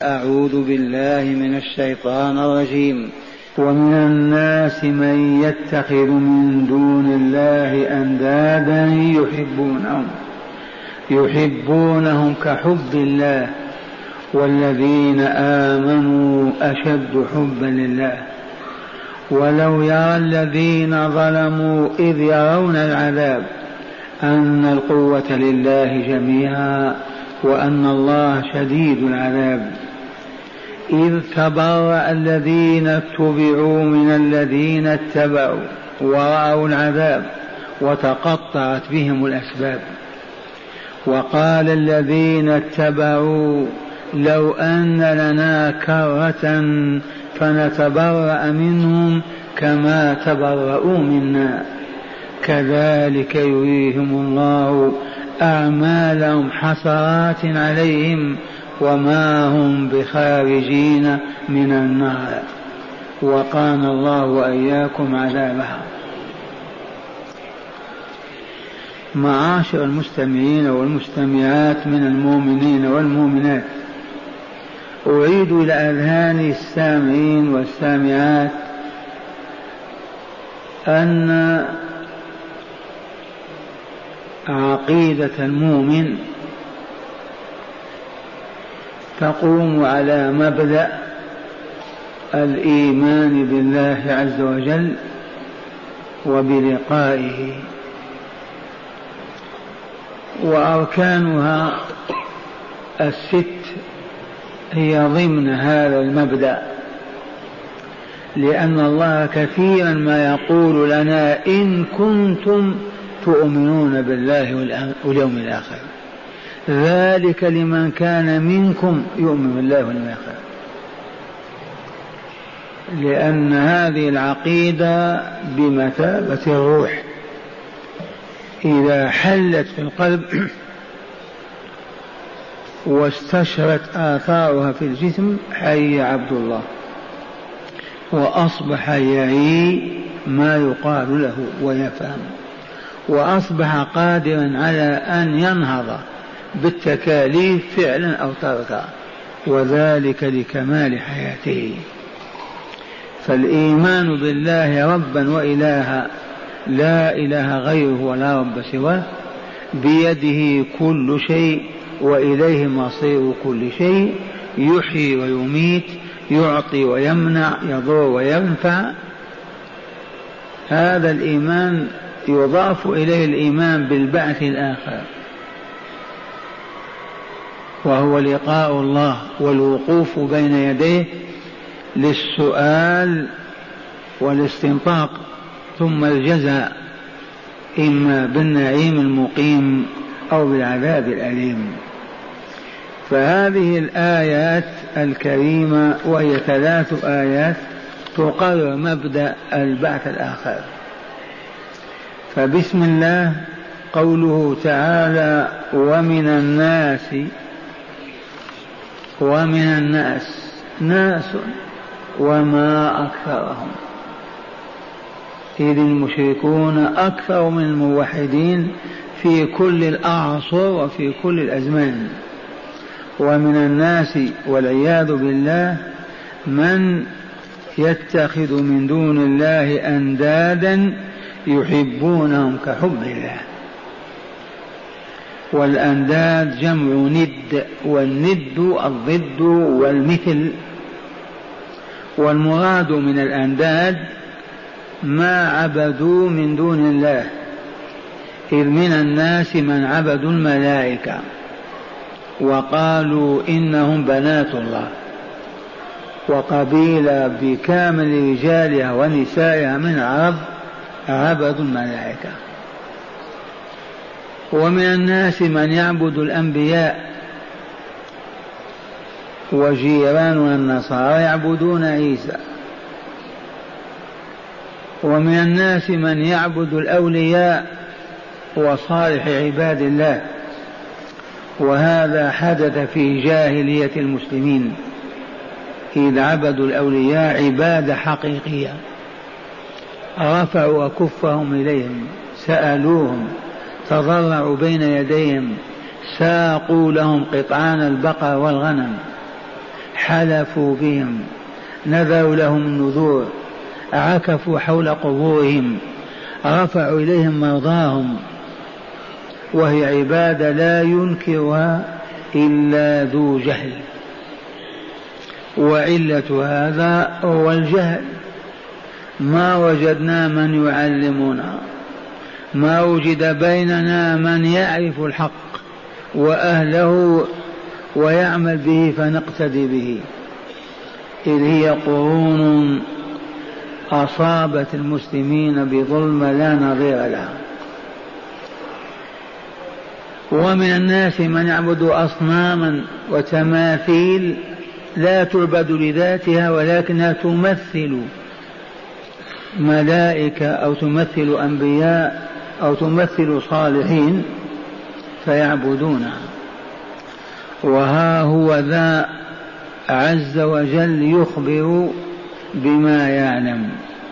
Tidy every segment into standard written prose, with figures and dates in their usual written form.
أعوذ بالله من الشيطان الرجيم. ومن الناس من يتخذ من دون الله أندادا يحبونهم كحب الله والذين آمنوا أشد حبا لله ولو يرى الذين ظلموا إذ يرون العذاب أن القوة لله جميعا وأن الله شديد العذاب إذ تبرأ الذين اتبعوا من الذين اتبعوا ورأوا العذاب وتقطعت بهم الأسباب. وقال الذين اتبعوا لو أن لنا كرة فنتبرأ منهم كما تبرؤوا منا كذلك يريهم الله أعمالهم حسرات عليهم وما هم بخارجين من النار وقانا الله وإياكم عذابها. معاشر المستمعين والمستمعات من المؤمنين والمؤمنات، أعيد إلى أذهان السامعين والسامعات أن عقيدة المؤمن تقوم على مبدأ الإيمان بالله عز وجل وبلقائه، وأركانها الست هي ضمن هذا المبدأ، لأن الله كثيرا ما يقول لنا إن كنتم تؤمنون بالله واليوم الآخر ذلك لمن كان منكم يؤمن بالله واليوم الآخر، لأن هذه العقيدة بمثابة الروح إذا حلت في القلب واستشرت آثارها في الجسم حي عبد الله وأصبح يعي ما يقال له ويفهم وأصبح قادرا على أن ينهض بالتكاليف فعلا أو تركا، وذلك لكمال حياته. فالإيمان بالله ربا وإلها لا إله غيره ولا رب سواه، بيده كل شيء وإليه مصير كل شيء، يحيي ويميت، يعطي ويمنع، يضر وينفع. هذا الإيمان يضاف إليه الإيمان بالبعث الآخر وهو لقاء الله والوقوف بين يديه للسؤال والاستنطاق ثم الجزاء إما بالنعيم المقيم أو بالعذاب الأليم. فهذه الآيات الكريمة وهي 3 آيات تقرر مبدأ البعث الآخر. فبسم الله قوله تعالى ومن الناس ناس وما أكثرهم، إذ المشركون أكثر من الموحدين في كل الأعصر وفي كل الأزمان. ومن الناس والعياذ بالله من يتخذ من دون الله أندادا يحبونهم كحب الله. والأنداد جمع ند، والند الضد والمثل. والمراد من الأنداد ما عبدوا من دون الله، إذ من الناس من عبدوا الملائكة وقالوا إنهم بنات الله، وقبيلة بكامل رجالها ونسائها من العرب عبدوا الملائكة. ومن الناس من يعبد الأنبياء، وجيراننا النصارى يعبدون عيسى. ومن الناس من يعبد الأولياء وصالح عباد الله، وهذا حدث في جاهلية المسلمين إذ عبدوا الأولياء عبادة حقيقية، رفعوا أكفهم إليهم، سألوهم، تضرعوا بين يديهم، ساقوا لهم قطعان البقر والغنم، حلفوا بهم، نذروا لهم النذور، عكفوا حول قبورهم، رفعوا إليهم مرضاهم، وهي عبادة لا ينكرها إلا ذو جهل. وعلة هذا هو الجهل، ما وجدنا من يعلمنا، ما وجد بيننا من يعرف الحق وأهله ويعمل به فنقتدي به، إذ هي قرون أصابت المسلمين بظلم لا نظير لها. ومن الناس من يعبد أصناما وتماثيل لا تعبد لذاتها ولكنها تمثل ملائكة أو تمثل أنبياء أو تمثل صالحين فيعبدونها. وها هو ذا عز وجل يخبر بما يعلم.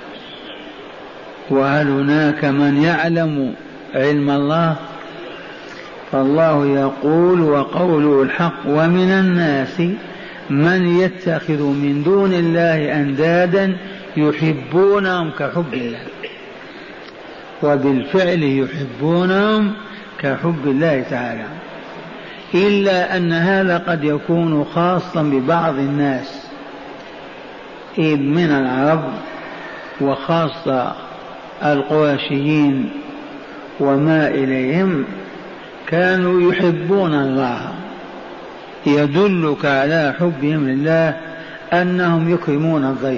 وهل هناك من يعلم علم الله؟ فالله يقول وقوله الحق: ومن الناس من يتخذ من دون الله أندادا يحبونهم كحب الله. وبالفعل يحبونهم كحب الله تعالى، إلا أن هذا قد يكون خاصا ببعض الناس، إذ من العرب وخاصة القرشيين وما إليهم كانوا يحبون الله. يدلك على حبهم لله أنهم يكرمون الضيف،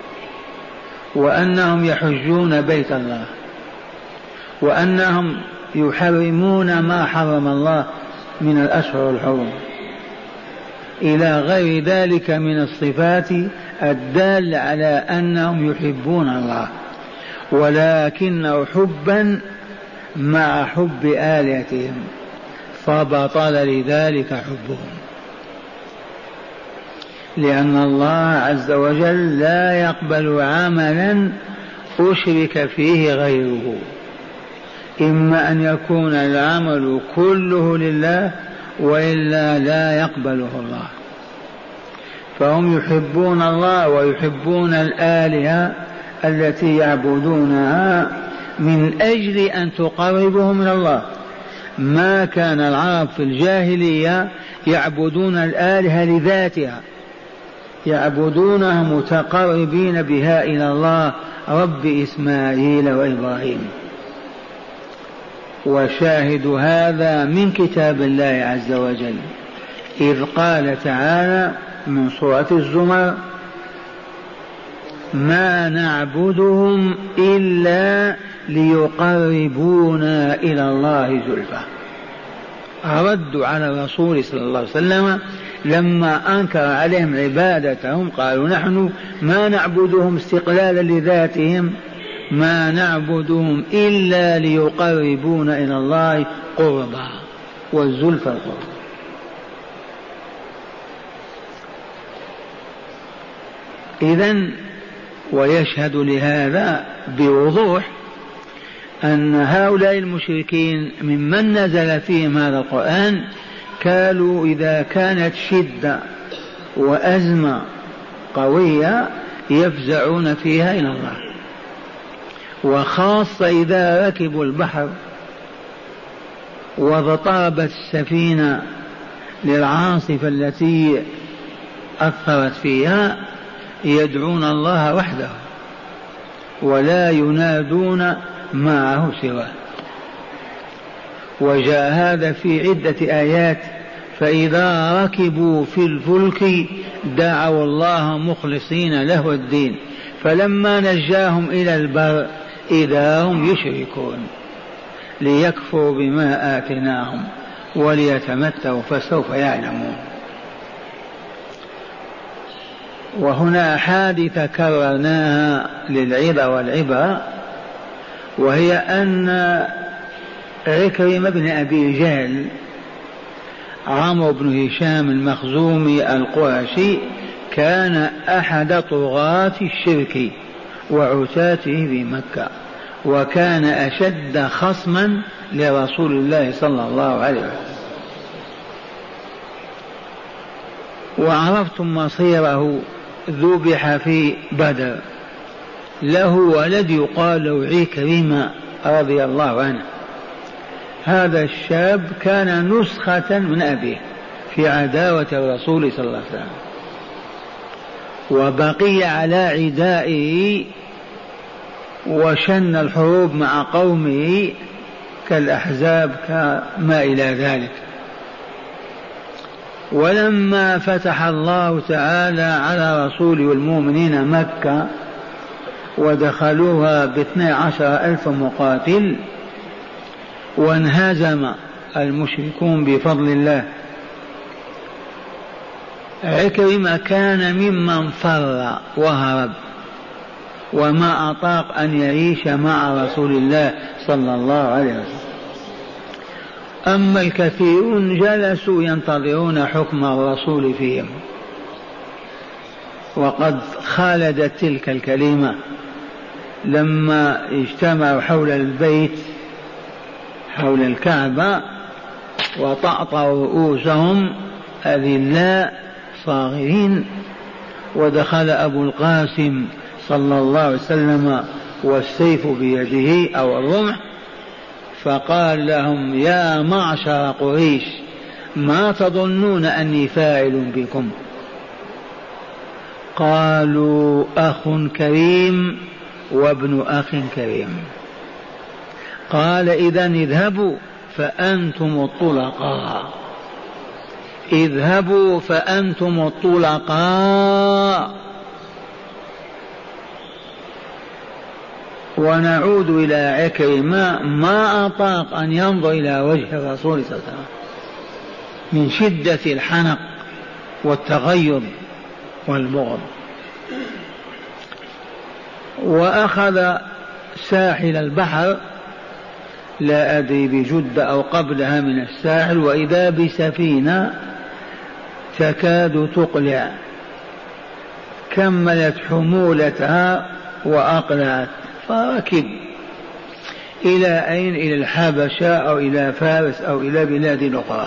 وأنهم يحجون بيت الله، وأنهم يحرمون ما حرم الله من الأشهر الحرم، إلى غير ذلك من الصفات الدالة على أنهم يحبون الله، ولكنه حبا مع حب آلهتهم، فبطل لذلك حبهم، لأن الله عز وجل لا يقبل عملا أشرك فيه غيره، إما أن يكون العمل كله لله وإلا لا يقبله الله. فهم يحبون الله ويحبون الآلهة التي يعبدونها من أجل أن تقربهم من الله. ما كان العرب في الجاهلية يعبدون الآلهة لذاتها، يعبدونها متقربين بها إلى الله، رب إسماعيل وإبراهيم. وشاهد هذا من كتاب الله عز وجل، إذ قال تعالى من سورة الزمر: ما نعبدهم إلا ليقربونا إلى الله زلفى. ردوا على الرسول صلى الله عليه وسلم لما أنكر عليهم عبادتهم، قالوا نحن ما نعبدهم استقلالا لذاتهم، ما نعبدهم إلا ليقربونا إلى الله قربا، والزلفى القرب. إذن ويشهد لهذا بوضوح أن هؤلاء المشركين ممن نزل فيهم هذا القرآن كانوا إذا كانت شدة وأزمة قوية يفزعون فيها إلى الله، وخاصة إذا ركبوا البحر واضطربت السفينة للعاصفة التي أثرت فيها يدعون الله وحده ولا ينادون معه سواه. وجاء هذا في عدة آيات: فإذا ركبوا في الفلك دعوا الله مخلصين له الدين فلما نجاهم إلى البر إذا هم يشركون ليكفروا بما آتيناهم وليتمتعوا فسوف يعلمون. وهنا حادثة كررناها للعظة والعبرة، وهي أن عكرمة بن أبي جهل عمرو بن هشام المخزومي القرشي كان أحد طغاة الشرك وعتاته في مكة، وكان أشد خصما لرسول الله صلى الله عليه وسلم. وعرفتم مصيره، ذبح في بدر، له ولد يقال له عكرمة رضي الله عنه. هذا الشاب كان نسخة من أبيه في عداوة الرسول صلى الله عليه وسلم، وبقي على عدائه وشن الحروب مع قومه كالأحزاب كما إلى ذلك. ولما فتح الله تعالى على رسوله والمؤمنين مكة ودخلوها ب12,000 مقاتل وانهزم المشركون بفضل الله، عكرمة كان ممن فر وهرب وما أطاق أن يعيش مع رسول الله صلى الله عليه وسلم. أما الكثيرون جلسوا ينتظرون حكم الرسول فيهم. وقد خالدت تلك الكلمة لما اجتمعوا حول البيت حول الكعبة وطأطأوا رؤوسهم أذلاء صاغرين، ودخل أبو القاسم صلى الله عليه وسلم والسيف بيده أو الرمح، فقال لهم: يا معشر قريش، ما تظنون أني فاعل بكم؟ قالوا: أخ كريم وابن أخ كريم. قال: إذن اذهبوا فأنتم الطلقاء، اذهبوا فأنتم الطلقاء. ونعود إلى عكرمة، ما أطاق أن ينظر إلى وجه الرسول صلى الله عليه وسلم من شدة الحنق والتغيظ والبغض، وأخذ ساحل البحر، لا أدري بجدة أو قبلها من الساحل، وإذا بسفينة تكاد تقلع، كملت حمولتها وأقلعت، فركب. إلى أين؟ إلى الحبشة أو إلى فارس أو إلى بلاد أخرى.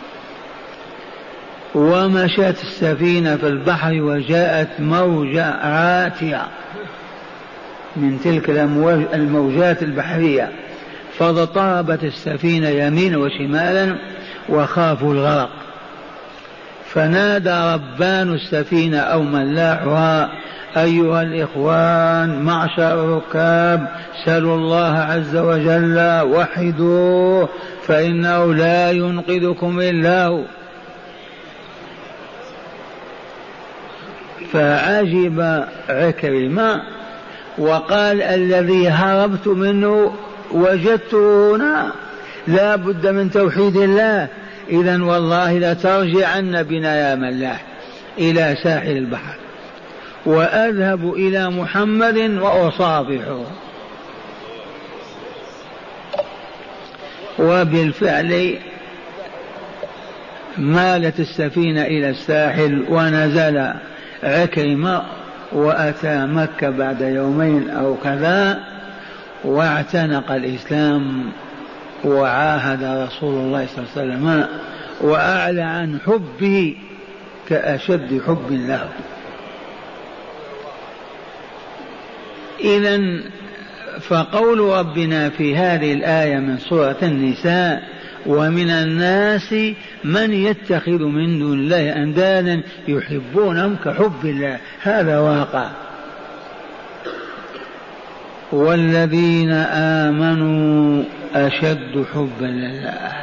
ومشت السفينة في البحر وجاءت موجة عاتية من تلك الموجات البحرية، فاضطربت السفينة يمينا وشمالا وخافوا الغرق. فنادى ربان السفينة أو ملاحها: أيها الإخوان معشر الركاب، سلوا الله عز وجل، وحدوه، فإنه لا ينقذكم إلا هو. فعجب عكرمة وقال: الذي هربت منه وجدته هنا، لا بد من توحيد الله، إذن والله لترجعن بنا يا ملاح إلى ساحل البحر، وأذهب إلى محمد وأصافحه. وبالفعل مالت السفينة إلى الساحل، ونزل عكرمة وأتى مكة بعد يومين أو كذا، واعتنق الإسلام وعاهد رسول الله صلى الله عليه وسلم وأعلى عن حبه كأشد حب له. إذن فقول ربنا في هذه الآية من سورة النساء: ومن الناس من يتخذ من دون الله أندادا يحبونهم كحب الله، هذا واقع. والذين آمنوا أشد حبا لله،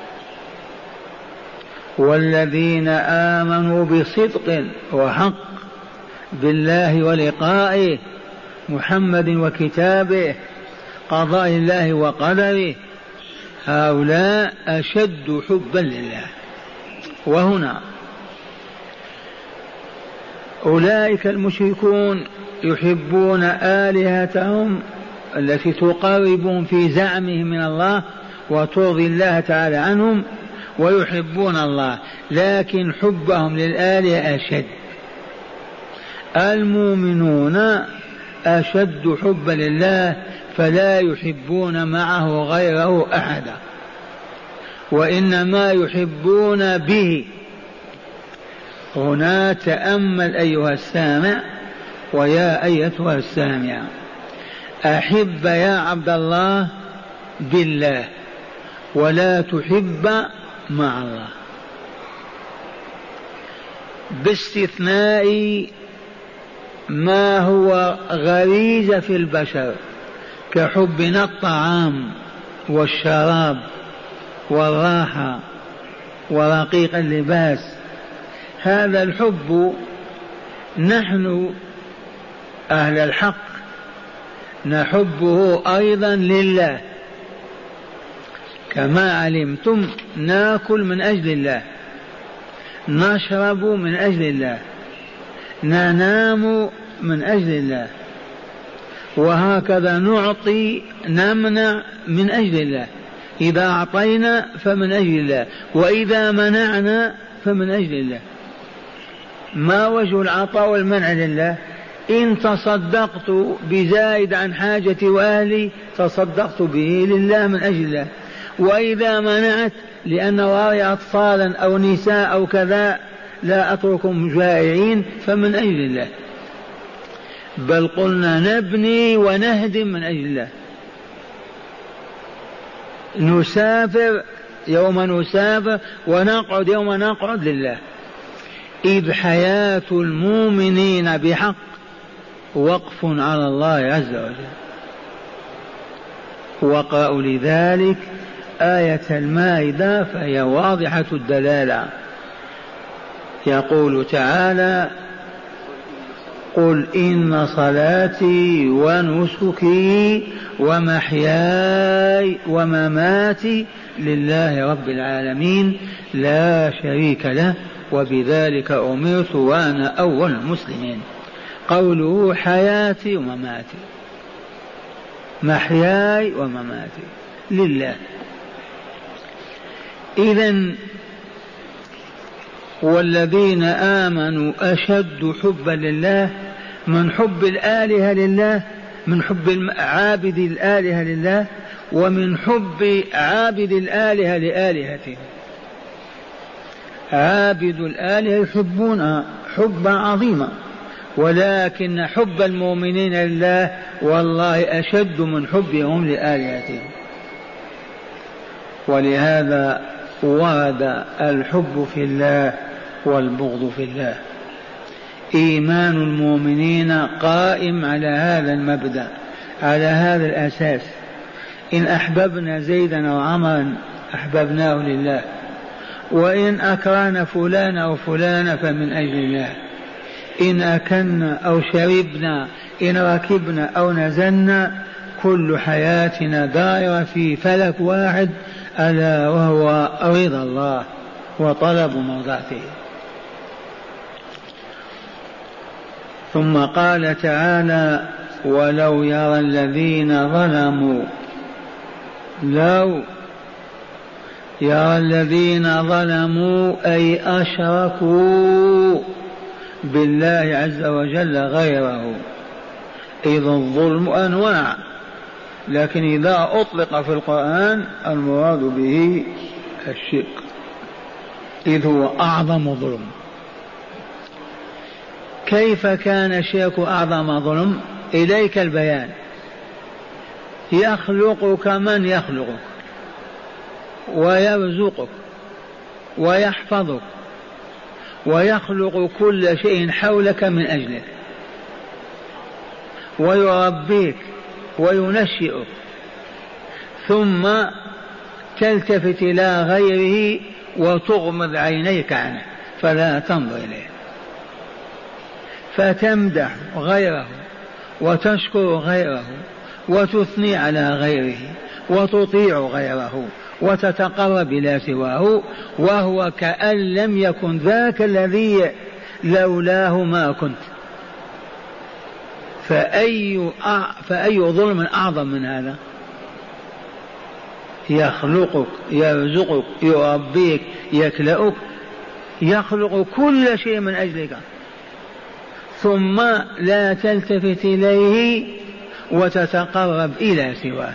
والذين آمنوا بصدق وحق بالله ولقائه، محمد وكتابه، قضاء الله وقدره، هؤلاء أشد حبا لله. وهنا أولئك المشركون يحبون آلهتهم التي تقربهم في زعمهم من الله وترضي الله تعالى عنهم، ويحبون الله، لكن حبهم للآلهة أشد. المؤمنون أشد حبا لله، فلا يحبون معه غيره أحدا، وإنما يحبون به. هنا تأمل أيها السامع ويا أيتها السامعة، أحب يا عبد الله بالله ولا تحب مع الله، باستثناء ما هو غريزة في البشر كحبنا الطعام والشراب والراحة ورقيق اللباس. هذا الحب نحن أهل الحق نحبه أيضا لله، كما علمتم ناكل من أجل الله، نشرب من أجل الله، ننام من أجل الله، وهكذا نعطي نمنع من أجل الله. إذا أعطينا فمن أجل الله، وإذا منعنا فمن أجل الله. ما وجه العطاء والمنع لله؟ إن تصدقت بزائد عن حاجتي وأهلي تصدقت به لله من أجل الله، وإذا منعت لأن وراي أطفالا أو نساء أو كذا لا أتركهم جائعين فمن أجل الله. بل قلنا نبني ونهدم من أجل الله. نسافر يوم نسافر ونقعد يوم نقعد لله. إذ حياة المؤمنين بحق وقف على الله عز وجل. وقرأوا لذلك آية المائدة فهي واضحة الدلالة. يقول تعالى: قل إن صلاتي ونسكي ومحياي ومماتي لله رب العالمين لا شريك له وبذلك أمرت وأنا أول المسلمين. قوله حياتي ومماتي، محياي ومماتي لله. إذن والذين آمنوا أشد حبا لله من حب الآلهة لله، من حب عابد الآلهة لله، ومن حب عابد الآلهة لآلهته. عابد الآلهة يحبون حبا عظيما، ولكن حب المؤمنين لله والله أشد من حبهم لآلهتهم. ولهذا ورد الحب في الله والبغض في الله. إيمان المؤمنين قائم على هذا المبدأ، على هذا الأساس. إن أحببنا زيدا أو عمرا أحببناه لله، وإن أكرهنا فلان أو فلان فمن أجل الله. إن أكلنا أو شربنا، إن ركبنا أو نزلنا، كل حياتنا دائرة في فلك واحد، ألا وهو رضا الله وطلب مرضاته. ثم قال تعالى: ولو يرى الذين ظلموا، لو يرى الذين ظلموا أي أشركوا بالله عز وجل غيره. إذ الظلم أنواع، لكن إذا أطلق في القرآن المراد به الشرك، إذ هو أعظم ظلم. كيف كان الشرك أعظم ظلم؟ إليك البيان. يخلقك من يخلقك ويرزقك ويحفظك ويخلق كل شيء حولك من أجلك، ويربيك وينشئك، ثم تلتفت إلى غيره وتغمض عينيك عنه فلا تنظر إليه، فتمدح غيره وتشكر غيره وتثني على غيره وتطيع غيره وتتقرب إلى سواه، وهو كأن لم يكن ذاك الذي لولاه ما كنت. فأي ظلم أعظم من هذا؟ يخلقك، يرزقك، يربيك، يكلأك، يخلق كل شيء من أجلك، ثم لا تلتفت إليه وتتقرب إلى سواه.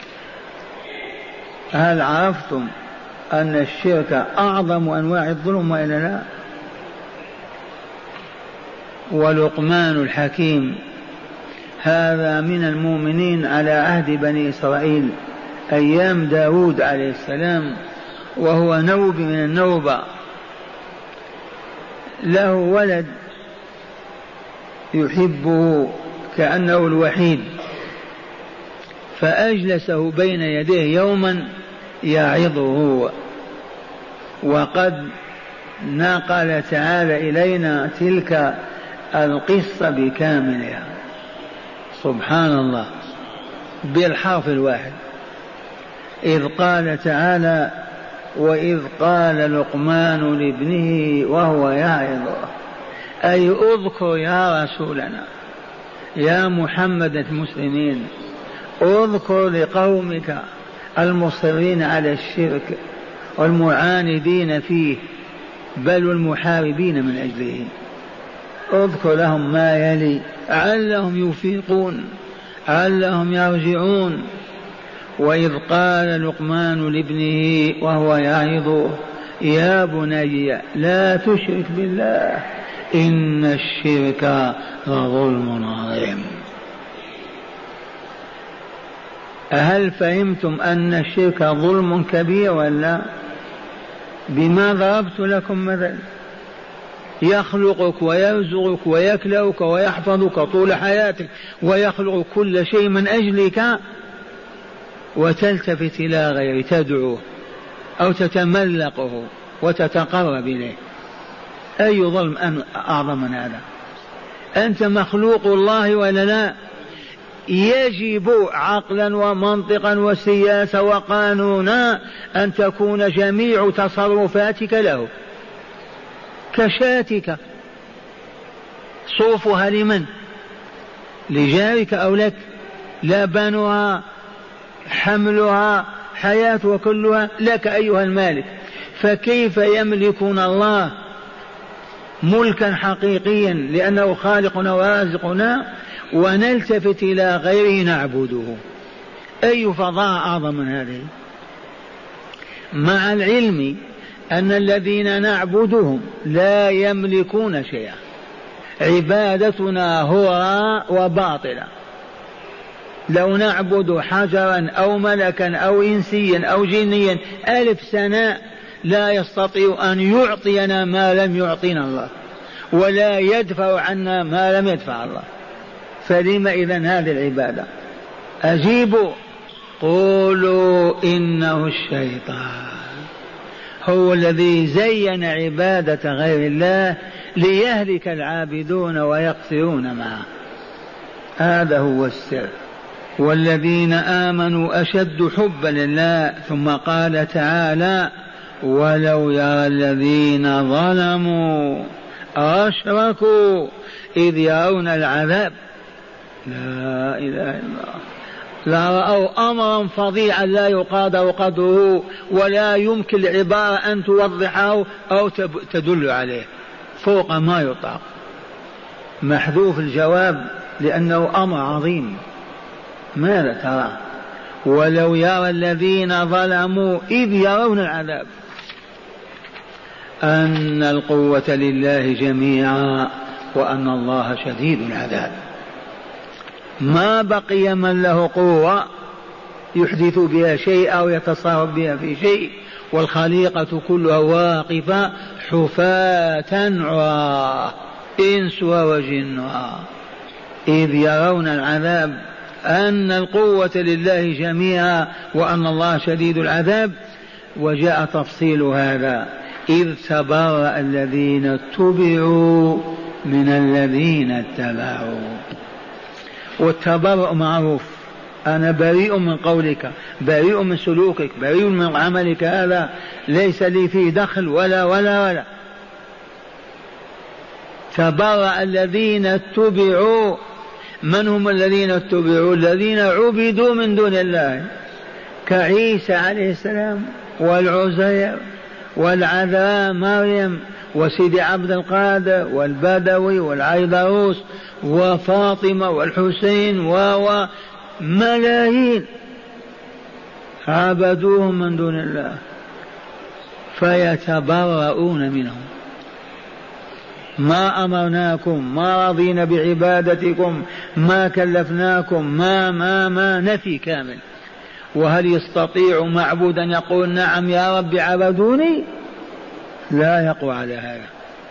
هل عرفتم أن الشرك أعظم أنواع الظلم وإلا لا؟ ولقمان الحكيم، هذا من المؤمنين على عهد بني إسرائيل أيام داود عليه السلام، وهو نوب من النوبة، له ولد يحبه كأنه الوحيد، فأجلسه بين يديه يوما يعظه. وقد نقل تعالى إلينا تلك القصة بكاملها، سبحان الله، بالحرف الواحد، إذ قال تعالى: وإذ قال لقمان لابنه وهو يعظه، أي اذكر يا رسولنا يا محمد المسلمين، اذكر لقومك المصرين على الشرك والمعاندين فيه بل المحاربين من أجله، اذكر لهم ما يلي علهم يفيقون علهم يرجعون. وإذ قال لقمان لابنه وهو يعظه: يا بني لا تشرك بالله إن الشرك لظلم عظيم. هل فهمتم أن الشرك ظلم كبير ولا؟ بما ضربت لكم مثل، يخلقك ويرزقك ويكلؤك ويحفظك طول حياتك ويخلق كل شيء من أجلك، وتلتفت إلى غيره تدعوه أو تتملقه وتتقرب إليه. أي ظلم أعظم من هذا؟ أنت مخلوق الله ولا لا؟ يجب عقلا ومنطقا وسياسة وقانونا أن تكون جميع تصرفاتك له، كشاتك صوفها لمن؟ لجارك أو لك؟ لبنها حملها حياتها كلها لك أيها المالك، فكيف يملكون الله ملكا حقيقيا لأنه خالقنا ورازقنا ونلتفت إلى غيره نعبده؟ أي فضاء أعظم من هذه؟ مع العلم أن الذين نعبدهم لا يملكون شيئا، عبادتنا هو وباطلة. لو نعبد حجرا أو ملكا أو إنسيا أو جنيا 1000 سنة لا يستطيع أن يعطينا ما لم يعطينا الله، ولا يدفع عنا ما لم يدفع الله، فلم إذن هذه العبادة؟ أجيبوا، قولوا إنه الشيطان هو الذي زين عبادة غير الله ليهلك العابدون ويقصرون معه، هذا هو السر. والذين آمنوا أشد حبا لله. ثم قال تعالى: ولو يرى الذين ظلموا أشركوا إذ يرون العذاب لا إله إلا الله لرأوا أمرا فظيعا لا يقادر قدره ولا يمكن العبارة أن توضحه أو تدل عليه، فوق ما يطاق، محذوف الجواب لأنه أمر عظيم. ماذا ترى؟ ولو يرى الذين ظلموا إذ يرون العذاب، أن القوة لله جميعا وأن الله شديد العذاب. ما بقي من له قوة يحدث بها شيء أو يتصرف بها في شيء، والخليقة كلها واقفة حفاة عراة إنسها وجنها إذ يرون العذاب، أن القوة لله جميعا وأن الله شديد العذاب. وجاء تفصيل هذا: إذ تبرأ الذين اتبعوا من الذين اتبعوا. والتبرؤ معروف، أنا بريء من قولك، بريء من سلوكك، بريء من عملك، هذا ليس لي فيه دخل ولا ولا ولا. تبرأ الذين اتبعوا. من هم الذين اتبعوا؟ الذين عبدوا من دون الله، كعيسى عليه السلام والعزير والعذراء مريم وسيدي عبد القادر والبدوي والعيدروس وفاطمة والحسين وملايين عبدوهم من دون الله، فيتبرؤون منهم. ما أمرناكم، ما رضينا بعبادتكم، ما كلفناكم، ما نفي كامل. وهل يستطيع معبود أن يقول نعم يا رب عبدوني؟ لا يقوى على هذا.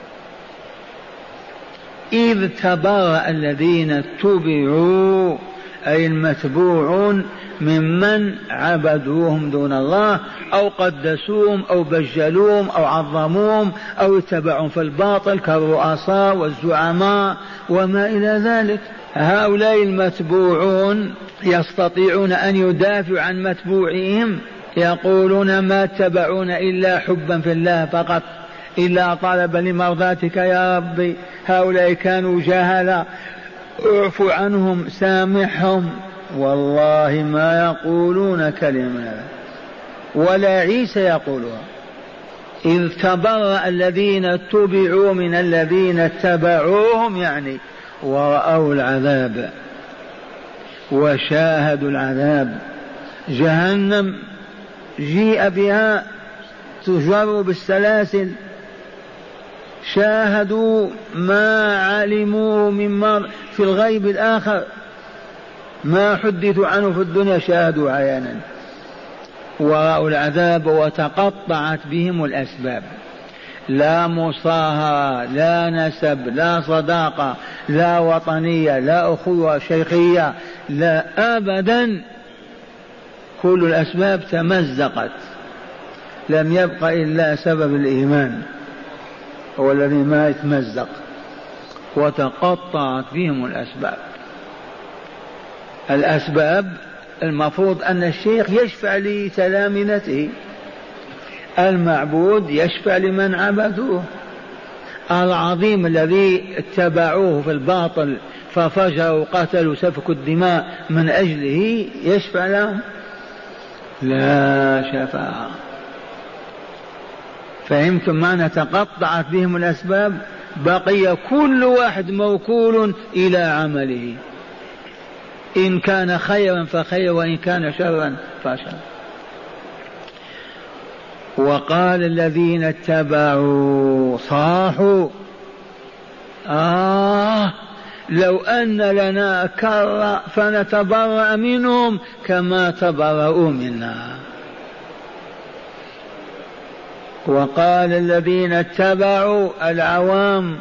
إذ تبرأ الذين اتبعوا أي المتبوعون ممن عبدوهم دون الله أو قدسوهم أو بجلوهم أو عظموهم أو اتبعهم في الباطل كالرؤساء والزعماء وما إلى ذلك. هؤلاء المتبوعون يستطيعون أن يدافعوا عن متبوعهم، يقولون ما اتبعون إلا حبا في الله فقط، إلا طلبا لمرضاتك يا ربي، هؤلاء كانوا جهلا اعف عنهم سامحهم. والله ما يقولون كلمة ولا عيسى يقولها. إذ تبرأ الذين اتبعوا من الذين اتبعوهم، يعني ورأوا العذاب وشاهدوا العذاب. جهنم جيء بها تجر بالسلاسل، شاهدوا ما علموا مما في الغيب الآخر، ما حدثوا عنه في الدنيا شاهدوا عيانا. ورأوا العذاب وتقطعت بهم الأسباب، لا مصاهرة، لا نسب، لا صداقة، لا وطنية، لا أخوة شيخية، لا أبدا، كل الأسباب تمزقت، لم يبق إلا سبب الإيمان هو الذي ما يتمزق. وتقطعت بهم الأسباب. الأسباب المفروض أن الشيخ يشفع لتلامذته، المعبود يشفع لمن عبدوه، العظيم الذي اتبعوه في الباطل ففجروا قتلوا سفكوا الدماء من أجله يشفع لهم؟ لا شفاعة. فهمتم معنى تقطعت بهم الأسباب؟ بقي كل واحد موكول إلى عمله، إن كان خيرا فخير وإن كان شرا فشر. وقال الذين اتبعوا صاحوا لو أن لنا كرة فنتبرأ منهم كما تبرؤوا منا. وقال الذين اتبعوا العوام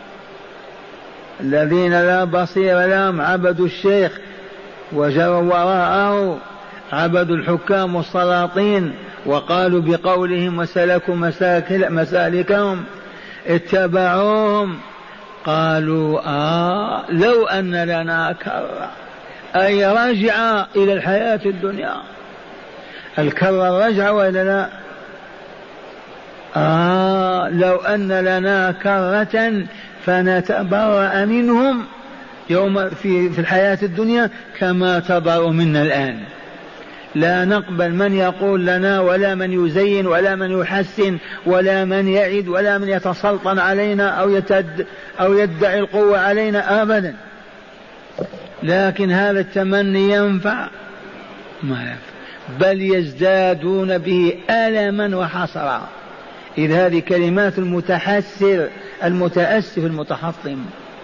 الذين لا بصير لهم عبدوا الشيخ وجروا وراءه، عبدوا الحكام والسلاطين، وقالوا بقولهم وسلكوا مسالكهم اتبعوهم، قالوا لو أن لنا كرة، أي رجع إلى الحياة الدنيا. الكرة رجع وإلا لا؟ لو أن لنا كرة فنتبرأ منهم يوم في الحياة الدنيا كما تبرأ منا الآن. لا نقبل من يقول لنا ولا من يزين ولا من يحسن ولا من يعد ولا من يتسلطن علينا أو يدعي القوة علينا أبدا. لكن هذا التمني ينفع؟ ما ينفع، بل يزدادون به ألما وحسرا. إذ هذه كلمات المتحسر المتأسف المتحطم.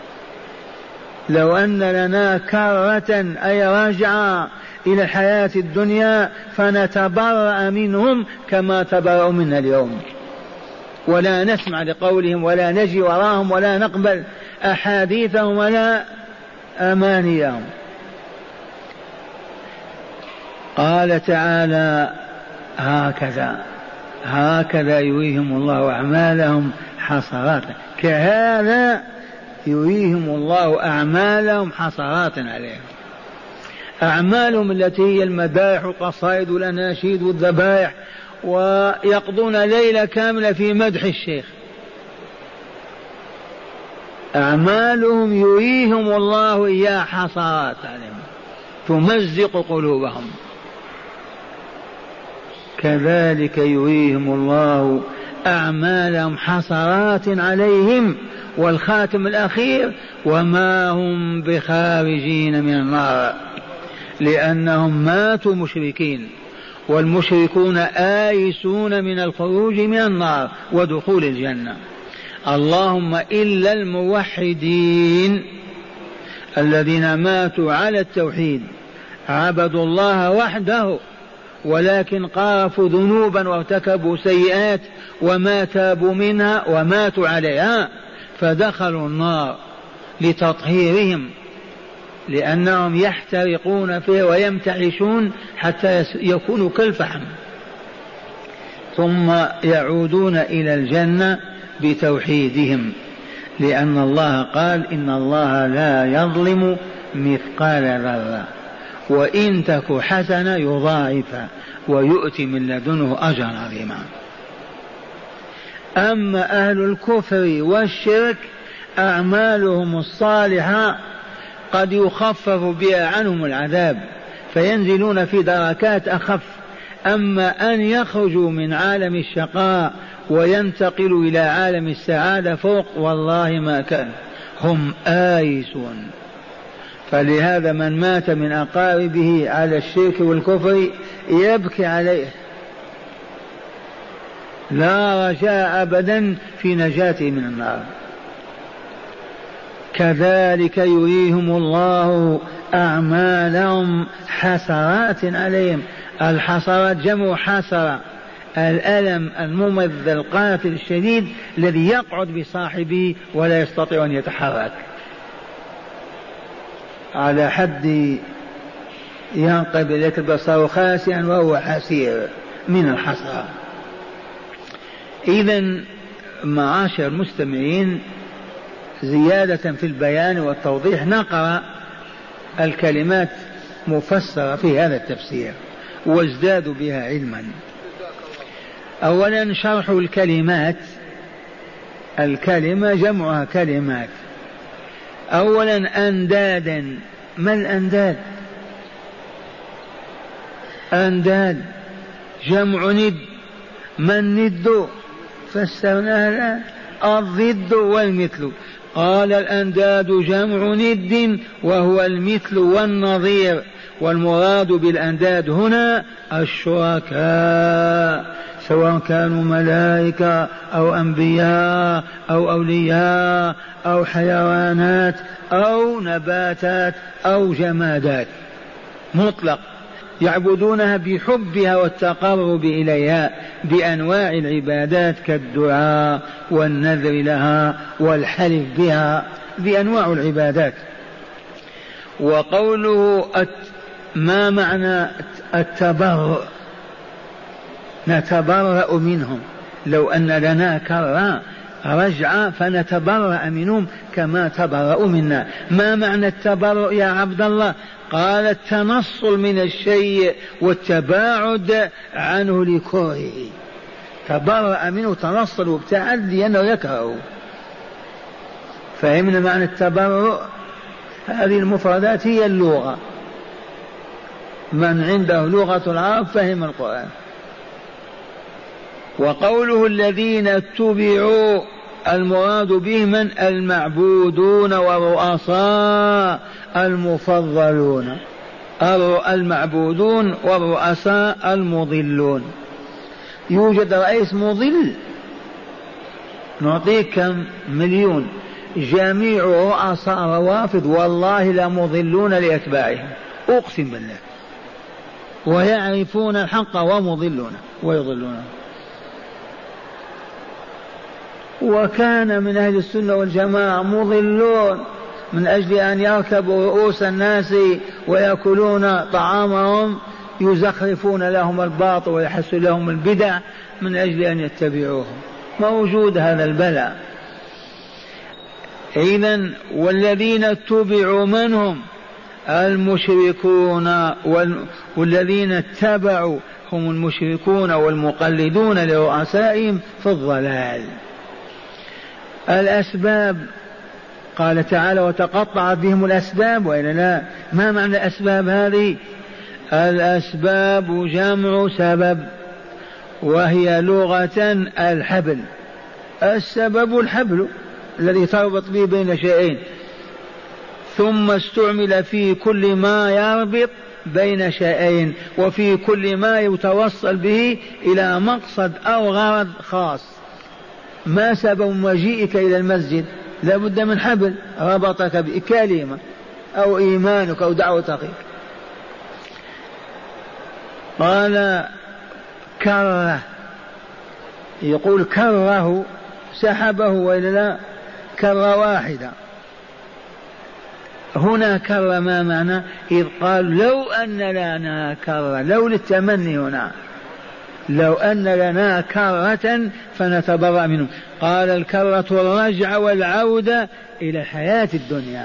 لو أن لنا كرة أي رجعة إلى الحياة الدنيا فنتبرأ منهم كما تبرأوا منا اليوم، ولا نسمع لقولهم ولا نجي وراهم ولا نقبل أحاديثهم ولا أمانيهم. قال تعالى هكذا يريهم الله أعمالهم حسرات، كهذا يريهم الله أعمالهم حسرات عليهم. أعمالهم التي هي المدائح والقصائد والأناشيد والذبائح، ويقضون ليلة كاملة في مدح الشيخ. أعمالهم يريهم الله إياه حسرات عليهم تمزق قلوبهم. كذلك يريهم الله أعمالهم حسرات عليهم. والخاتم الأخير وما هم بخارجين من النار، لأنهم ماتوا مشركين، والمشركون آيسون من الخروج من النار ودخول الجنة. اللهم إلا الموحدين الذين ماتوا على التوحيد، عبدوا الله وحده، ولكن قارفوا ذنوبا وارتكبوا سيئات وما تابوا منها وماتوا عليها فدخلوا النار لتطهيرهم، لأنهم يحترقون فيه ويمتعشون حتى يكونوا كالفحم، ثم يعودون إلى الجنة بتوحيدهم، لأن الله قال إن الله لا يظلم مثقال ذرة وإن تك حسنة يضاعفها ويؤتي من لدنه أجرا عظيما. أما أهل الكفر والشرك أعمالهم الصالحة قد يخفف بها عنهم العذاب فينزلون في دركات أخف، أما أن يخرجوا من عالم الشقاء وينتقلوا إلى عالم السعادة فوق والله ما كان، هم آيسون. فلهذا من مات من أقاربه على الشرك والكفر يبكي عليه، لا رجاء أبدا في نجاته من النار. كذلك يريهم الله أعمالهم حسرات عليهم. الحسرات جمع حسرة، الألم الممذ القاتل الشديد الذي يقعد بصاحبه ولا يستطيع أن يتحرك، على حد ينقب إليك البصر خاسئا وهو حسير من الحسرة. إذن معاشر المستمعين، زيادة في البيان والتوضيح نقرأ الكلمات مفسرة في هذا التفسير وازدادوا بها علما. أولا شرح الكلمات. الكلمة جمعها كلمات. أولا أندادا. ما الأنداد؟ أنداد جمع ند. ما الند؟ فسرناها الضد والمثل. قال الأنداد جمع ند وهو المثل والنظير، والمراد بالأنداد هنا الشركاء، سواء كانوا ملائكة أو أنبياء أو أولياء أو حيوانات أو نباتات أو جمادات، مطلق، يعبدونها بحبها والتقرب إليها بأنواع العبادات كالدعاء والنذر لها والحلف بها، بأنواع العبادات. وقوله ما معنى التبرؤ؟ نتبرأ منهم، لو أن لنا كرة رجعة فنتبرأ منهم كما تبرأوا منا. ما معنى التبرؤ يا عبد الله؟ قال التنصل من الشيء والتباعد عنه لكرهه. تبرأ منه، تنصل وابتعد لأنه يكره. فهمنا معنى التبرؤ؟ هذه المفردات هي اللغة، من عنده لغة العرب فهم القرآن. وقوله الذين اتبعوا المراد به من؟ المعبودون والرؤساء المفضلون، المعبودون والرؤساء المضلون. يوجد رئيس مضل نعطيك كم مليون، جميع رؤساء روافض والله لا مضلون لأتباعهم، أقسم بالله، ويعرفون الحق ومضلون ويضلون. وكان من أهل السنة والجماعة مضلون من أجل أن يركبوا رؤوس الناس ويأكلون طعامهم، يزخرفون لهم الباطل ويحسوا لهم البدع من أجل أن يتبعوهم. موجود هذا البلاء. إذن والذين اتبعوا من هم؟ المشركون، والذين اتبعوا هم المشركون والمقلدون لرؤسائهم في الضلال. الأسباب، قال تعالى وتقطعت بهم الأسباب، وإلا لا؟ ما معنى الأسباب هذه؟ الأسباب جمع سبب، وهي لغة الحبل. السبب الحبل الذي تربط به بين شيئين، ثم استعمل في كل ما يربط بين شيئين وفي كل ما يتوصل به إلى مقصد أو غرض خاص. ما سبب مجيئك إلى المسجد؟ لا بد من حبل ربطك بكلمة أو إيمانك أو دعوة أخيك. قال كره، يقول كره سحبه وإلا لا؟ كره واحدة. هنا كره ما معنى؟ إذ قال لو أن لنا كره، لو للتمني هنا، لو أن لنا كرة فنتبرأ منهم. قال الكرة الرجع والعودة إلى الحياة الدنيا.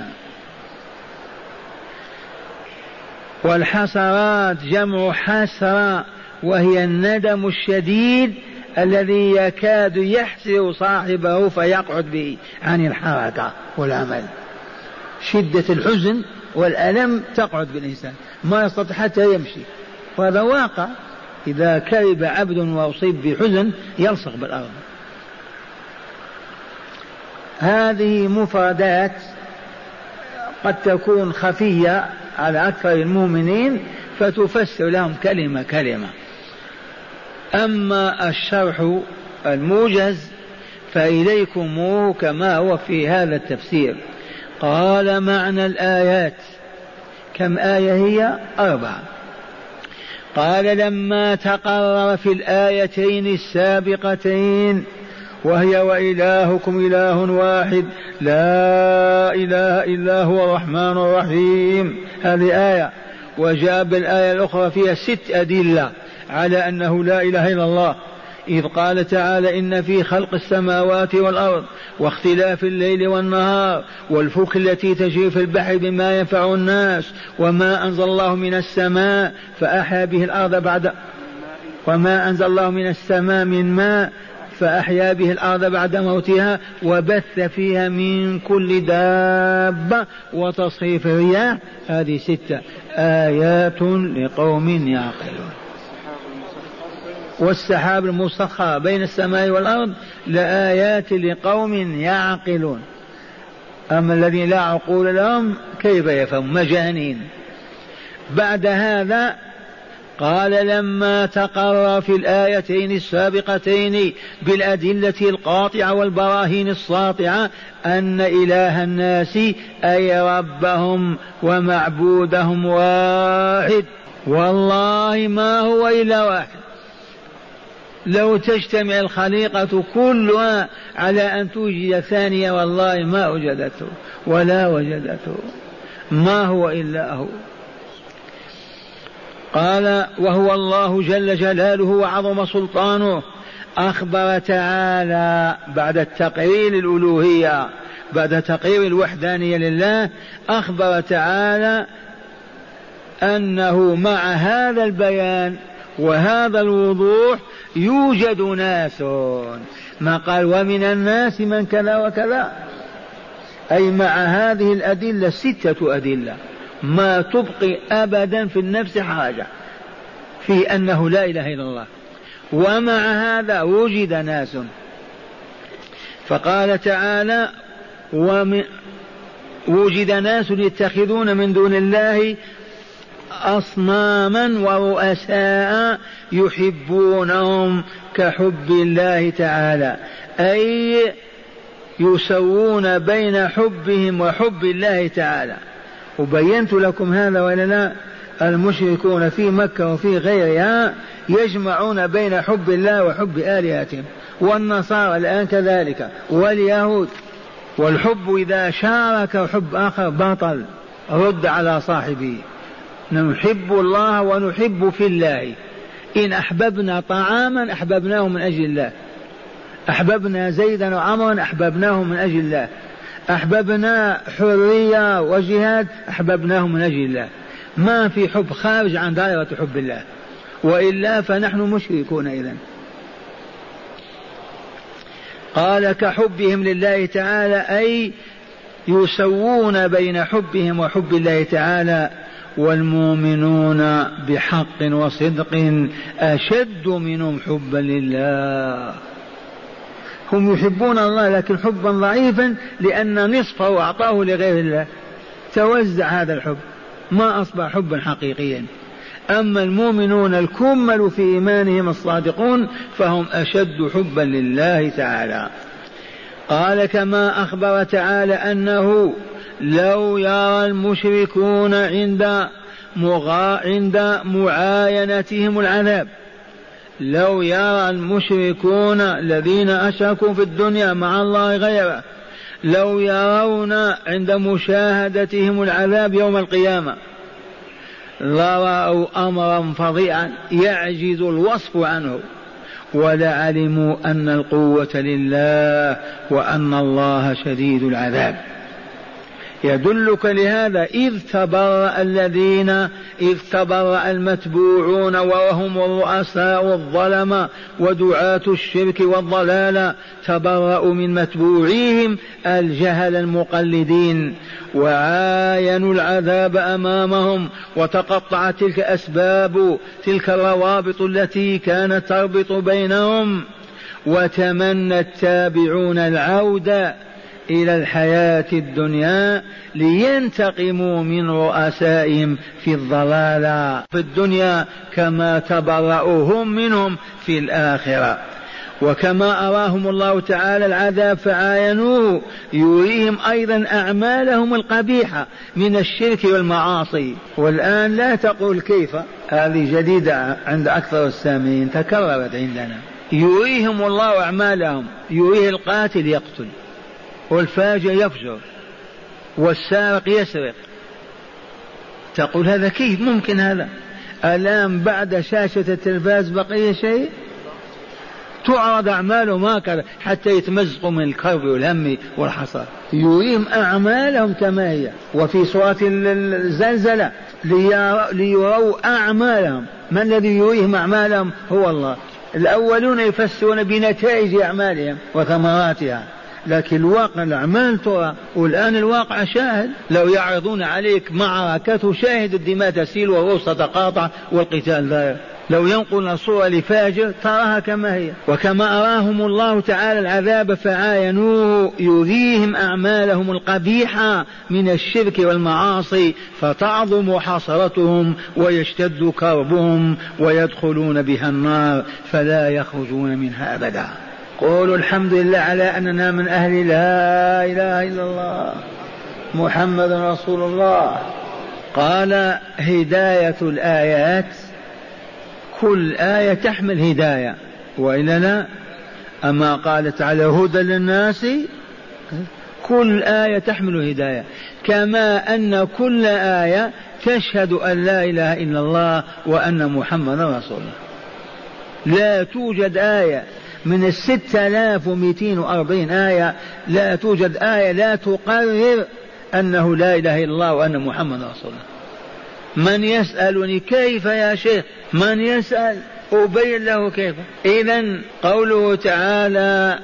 والحسرات جمع حسرة، وهي الندم الشديد الذي يكاد يحسر صاحبه فيقعد به عن الحركة والعمل. شدة الحزن والألم تقعد بالإنسان، ما يستطيع حتى يمشي، وهذا واقع. إذا كرب عبد وأصيب بحزن يلصق بالأرض. هذه مفردات قد تكون خفية على أكثر المؤمنين فتفسر لهم كلمة كلمة. أما الشرح الموجز فإليكم كما هو في هذا التفسير. قال معنى الآيات، كم آية هي؟ 4. قال لما تقرر في الآيتين السابقتين، وهي وإلهكم إله واحد لا إله إلا هو الرحمن الرحيم، هذه آية. وجاء بالآية الأخرى فيها 6 أدلة على أنه لا إله إلا الله، إذ قال تعالى إن في خلق السماوات والأرض واختلاف الليل والنهار والفلك التي تجري في البحر بما ينفع الناس وما أنزل الله من السماء فأحيا به الأرض بعد وما أنزل الله من السماء من ماء فأحيا به الأرض بعد موتها وبث فيها من كل دابة وتصريف الرياح. هذه 6 آيات لقوم يعقلون. والسحاب المسخر بين السماء والأرض لآيات لقوم يعقلون. أما الذين لا عقول لهم كيف يفهم؟ مجانين. بعد هذا قال لما تقرر في الآيتين السابقتين بالأدلة القاطعة والبراهين الساطعة أن إله الناس أي ربهم ومعبودهم واحد، والله ما هو إلا واحد. لو تجتمع الخليقة كلها على أن توجد ثانية والله ما وجدته ولا وجدته، ما هو إلا هو. قال وهو الله جل جلاله وعظم سلطانه. أخبر تعالى بعد التقرير الألوهية، بعد تقرير الوحدانية لله، أخبر تعالى أنه مع هذا البيان وهذا الوضوح يوجد ناس، ما قال ومن الناس من كذا وكذا، أي مع هذه الأدلة 6 أدلة ما تبقي أبدا في النفس حاجة في أنه لا إله إلا الله، ومع هذا وجد ناس. فقال تعالى وجد ناس يتخذون من دون الله أصناما ورؤساء يحبونهم كحب الله تعالى، أي يسوون بين حبهم وحب الله تعالى. وبينت لكم هذا ولا لا؟ المشركون في مكة وفي غيرها يجمعون بين حب الله وحب آلهتهم، والنصارى الآن كذلك، واليهود. والحب إذا شارك حب آخر باطل، رد على صاحبه. نحب الله ونحب في الله. إن أحببنا طعاما أحببناه من أجل الله، أحببنا زيدا وعمرا أحببناه من أجل الله، أحببنا حرية وجهاد أحببناه من أجل الله. ما في حب خارج عن دائرة حب الله، وإلا فنحن مشركون إذن. قال كحبهم لله تعالى، أي يسوون بين حبهم وحب الله تعالى. والمؤمنون بحق وصدق أشد منهم حبا لله. هم يحبون الله لكن حبا ضعيفا، لأن نصفه أعطاه لغير الله، توزع هذا الحب ما أصبح حبا حقيقيا. أما المؤمنون الكمل في إيمانهم الصادقون فهم أشد حبا لله تعالى. قال كما أخبر تعالى أنه لو يرى المشركون عند معاينتهم العذاب، لو يرى المشركون الذين أشركوا في الدنيا مع الله غيره، لو يرون عند مشاهدتهم العذاب يوم القيامة لرأوا أمرا فظيعا يعجز الوصف عنه، ولعلموا أن القوة لله وأن الله شديد العذاب. يدلك لهذا إذ تبرأ المتبوعون وهم الرؤساء الظلمة ودعاة الشرك والضلال، تبرأوا من متبوعيهم الجهل المقلدين وعاينوا العذاب أمامهم، وتقطعت تلك أسباب تلك الروابط التي كانت تربط بينهم، وتمنى التابعون العودة إلى الحياة الدنيا لينتقموا من رؤسائهم في الضلال في الدنيا كما تبرأوا هم منهم في الآخرة. وكما أراهم الله تعالى العذاب فعاينوه يريهم أيضا أعمالهم القبيحة من الشرك والمعاصي. والآن لا تقول كيف، هذه جديدة عند أكثر السامعين، تكررت عندنا. يريهم الله أعمالهم، يريه القاتل يقتل، والفاجر يفجر، والسارق يسرق. تقول هذا كيف ممكن هذا؟ الآن بعد شاشة التلفاز بقي شيء؟ تعرض أعمالهم هكذا حتى يتمزقوا من الكرب والهم والحصر. يريهم أعمالهم كما هي. وفي سورة الزلزلة ليروا أعمالهم. من الذي يريهم أعمالهم؟ هو الله. الأولون يفسرون بنتائج أعمالهم وثمراتها، لكن الواقع الأعمال ترى، والآن الواقع شاهد. لو يعرضون عليك معركة شاهد الدماء تسيل والرؤوس تتقاطع والقتال دائر. لو ينقل صورة لفاجر تراها كما هي. وكما أراهم الله تعالى العذاب فعاينوه يريهم أعمالهم القبيحة من الشرك والمعاصي، فتعظم حسرتهم ويشتد كربهم ويدخلون بها النار فلا يخرجون منها أبدا. قولوا الحمد لله على أننا من أهل لا إله إلا الله محمد رسول الله. قال هداية الآيات، كل آية تحمل هداية وإلا لا؟ أما قالت على هدى للناس، كل آية تحمل هداية، كما أن كل آية تشهد أن لا إله إلا الله وأن محمد رسول الله. لا توجد آية من 6240 آية، لا توجد آية لا تقرر أنه لا إله إلا الله وأن محمد رسول الله. من يسألني كيف يا شيخ؟ من يسأل أبين له كيف. إذن قوله تعالى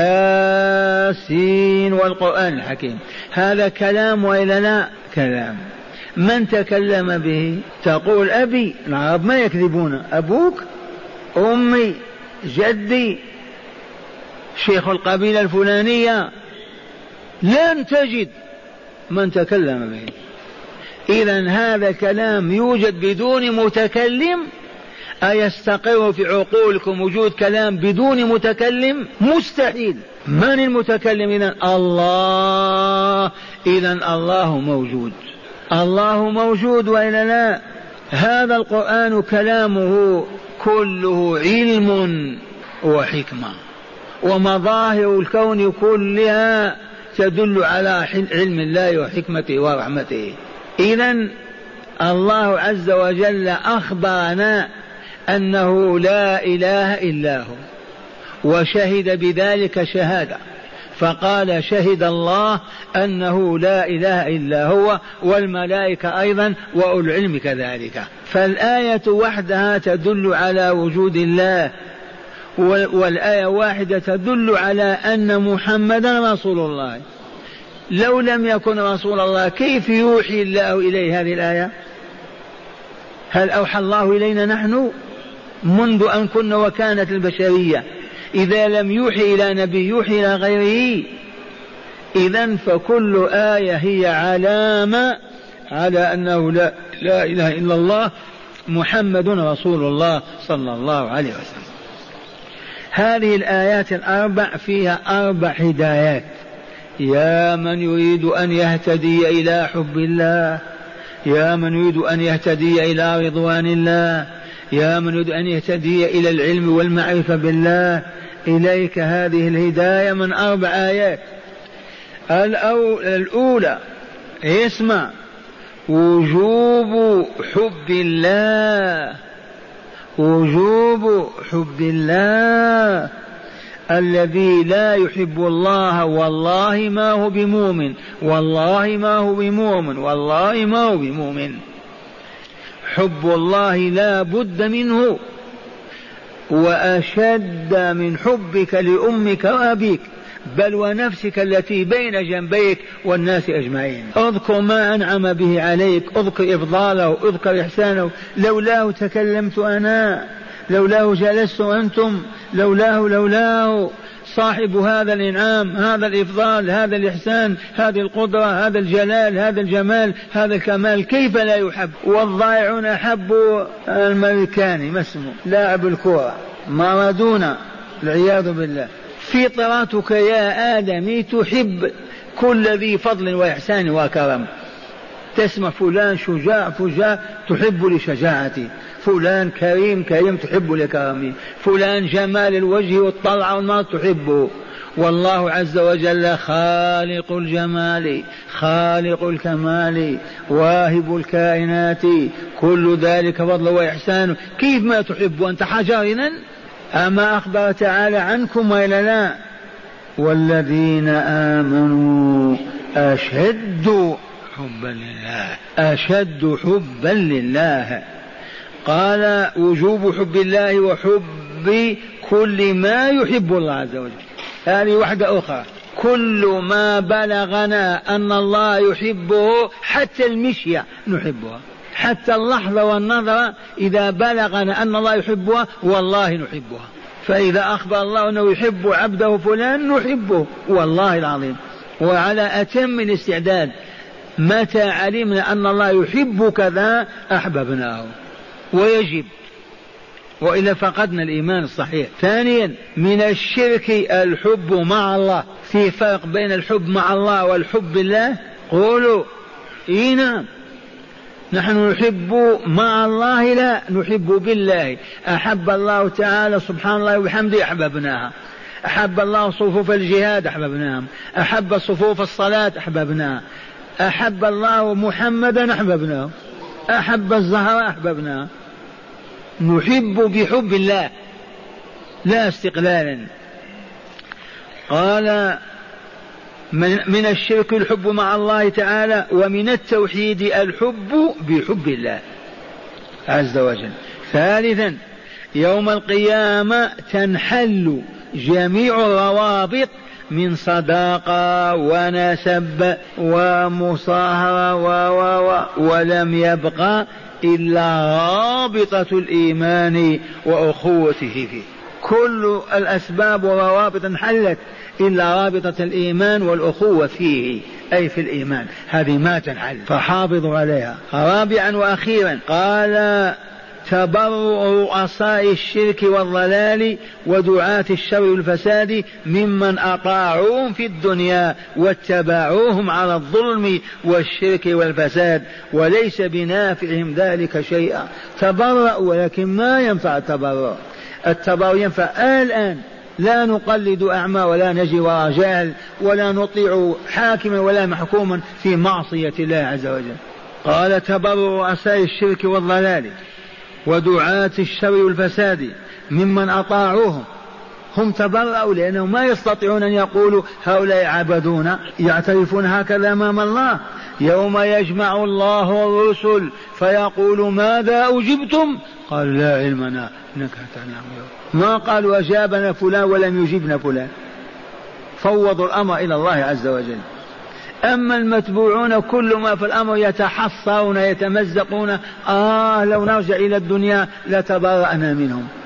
ياسين والقرآن الحكيم، هذا كلام وإلا لا؟ كلام. من تكلم به؟ تقول أبي، العرب ما يكذبون، أبوك، أمي، جدي، شيخ القبيلة الفلانية، لن تجد من تكلم به. إذن هذا كلام يوجد بدون متكلم؟ أيستقر في عقولكم وجود كلام بدون متكلم؟ مستحيل. من المتكلم إذن؟ الله. إذن الله موجود، الله موجود وإلا لا؟ هذا القرآن كلامه كله علم وحكمة، ومظاهر الكون كلها تدل على علم الله وحكمته ورحمته. إذن الله عز وجل أخبرنا أنه لا إله إلا هو، وشهد بذلك شهادة، فقال شهد الله أنه لا إله إلا هو، والملائكة أيضا وأولو العلم كذلك. فالآية وحدها تدل على وجود الله، والآية واحدة تدل على أن محمدا رسول الله. لو لم يكن رسول الله كيف يوحي الله إليه هذه الآية؟ هل أوحى الله إلينا نحن منذ أن كنا وكانت البشرية؟ إذا لم يوحي إلى نبي يوحي إلى غيره. إذن فكل آية هي علامة على أنه لا إله إلا الله محمد رسول الله صلى الله عليه وسلم. هذه الآيات الأربع فيها 4 هدايات. يا من يريد أن يهتدي إلى حب الله، يا من يريد أن يهتدي إلى رضوان الله، يا من يريد أن يهتدي إلى العلم والمعرفة بالله، إليك هذه الهداية من 4 آيات. الأولى اسمع: وجوب حب الله، وجوب حب الله. الذي لا يحب الله والله ما هو بمؤمن، والله ما هو بمؤمن، والله ما هو بمؤمن. حب الله لا بد منه، وأشد من حبك لأمك وأبيك، بل ونفسك التي بين جنبيك والناس أجمعين. اذكر ما أنعم به عليك، اذكر إفضاله، اذكر إحسانه. لولاه تكلمت أنا، لولاه جلست أنتم، لولاه صاحب هذا الإنعام، هذا الإفضال، هذا الإحسان، هذه القدرة، هذا الجلال، هذا الجمال، هذا الكمال، كيف لا يحب؟ والضائعون أحبوا الملكاني، ما اسمه لاعب الكرة، مارادونا، العياذ بالله. فطرتك يا آدمي تحب كل ذي فضل وإحسان وكرم. تسمع فلان شجاع فجاع تحب لشجاعته، فلان كريم تحب لكرمه، فلان جمال الوجه والطلعة والنار تحبه. والله عز وجل خالق الجمال، خالق الكمال، واهب الكائنات، كل ذلك فضل وإحسان، كيف ما تحب أنت حجرنا؟ أما أخبر تعالى عنكم وإلا لا؟ والذين آمنوا أشد حبا لله، أشد حبا لله. قال وجوب حب الله وحب كل ما يحب الله عز وجل. هذه وحدة أخرى. كل ما بلغنا أن الله يحبه، حتى المشية نحبها، حتى اللحظة والنظرة إذا بلغنا أن الله يحبها والله نحبها. فإذا أخبر الله أنه يحب عبده فلان نحبه والله العظيم، وعلى أتم الاستعداد. متى علمنا أن الله يحب كذا أحببناه، ويجب، وإلا فقدنا الإيمان الصحيح. ثانيا من الشرك الحب مع الله. في فرق بين الحب مع الله والحب بالله؟ قولوا نعم. نحن نحب مع الله، لا نحب بالله. أحب الله تعالى سبحان الله وبحمده أحببناها، أحب الله صفوف الجهاد أحببناها، أحب صفوف الصلاة أحببناها، أحب الله محمدا أحببناه، أحب الزهراء أحببناه. نحب بحب الله لا استقلالا. قال من الشرك الحب مع الله تعالى، ومن التوحيد الحب بحب الله عز وجل. ثالثا يوم القيامة تنحل جميع الروابط من صداقة ونسب ومصاهرة ولم يبقى إلا رابطة الإيمان وأخوته فيه. كل الأسباب والروابط انحلت إلا رابطة الإيمان والأخوة فيه، أي في الإيمان، هذه ما تنحل، فحافظوا عليها. رابعا وأخيرا قال تبرؤ رؤساء الشرك والضلال ودعاة الشر والفساد ممن أطاعوهم في الدنيا واتبعوهم على الظلم والشرك والفساد، وليس بنافعهم ذلك شيئا. تبرأوا ولكن ما ينفع التبرؤ. التبرؤ ينفع الآن، لا نقلد أعمى ولا نجي وراء جاهل ولا نطيع حاكما ولا محكوما في معصية الله عز وجل. قال تبرؤ رؤساء الشرك والضلال ودعاة الشر والفساد ممن أطاعوهم. هم تبرأوا لأنهم ما يستطيعون أن يقولوا هؤلاء عبدون، يعترفون هكذا أمام الله. يوم يجمع الله الرسل فيقول ماذا أجبتم؟ قال لا علم لنا إنك تعلم. ما قالوا أجابنا فلان ولم يجبنا فلان، فوضوا الأمر إلى الله عز وجل. أما المتبوعون كل ما في الأمر يتحصرون يتمزقون، لو نرجع إلى الدنيا لتبرأنا منهم.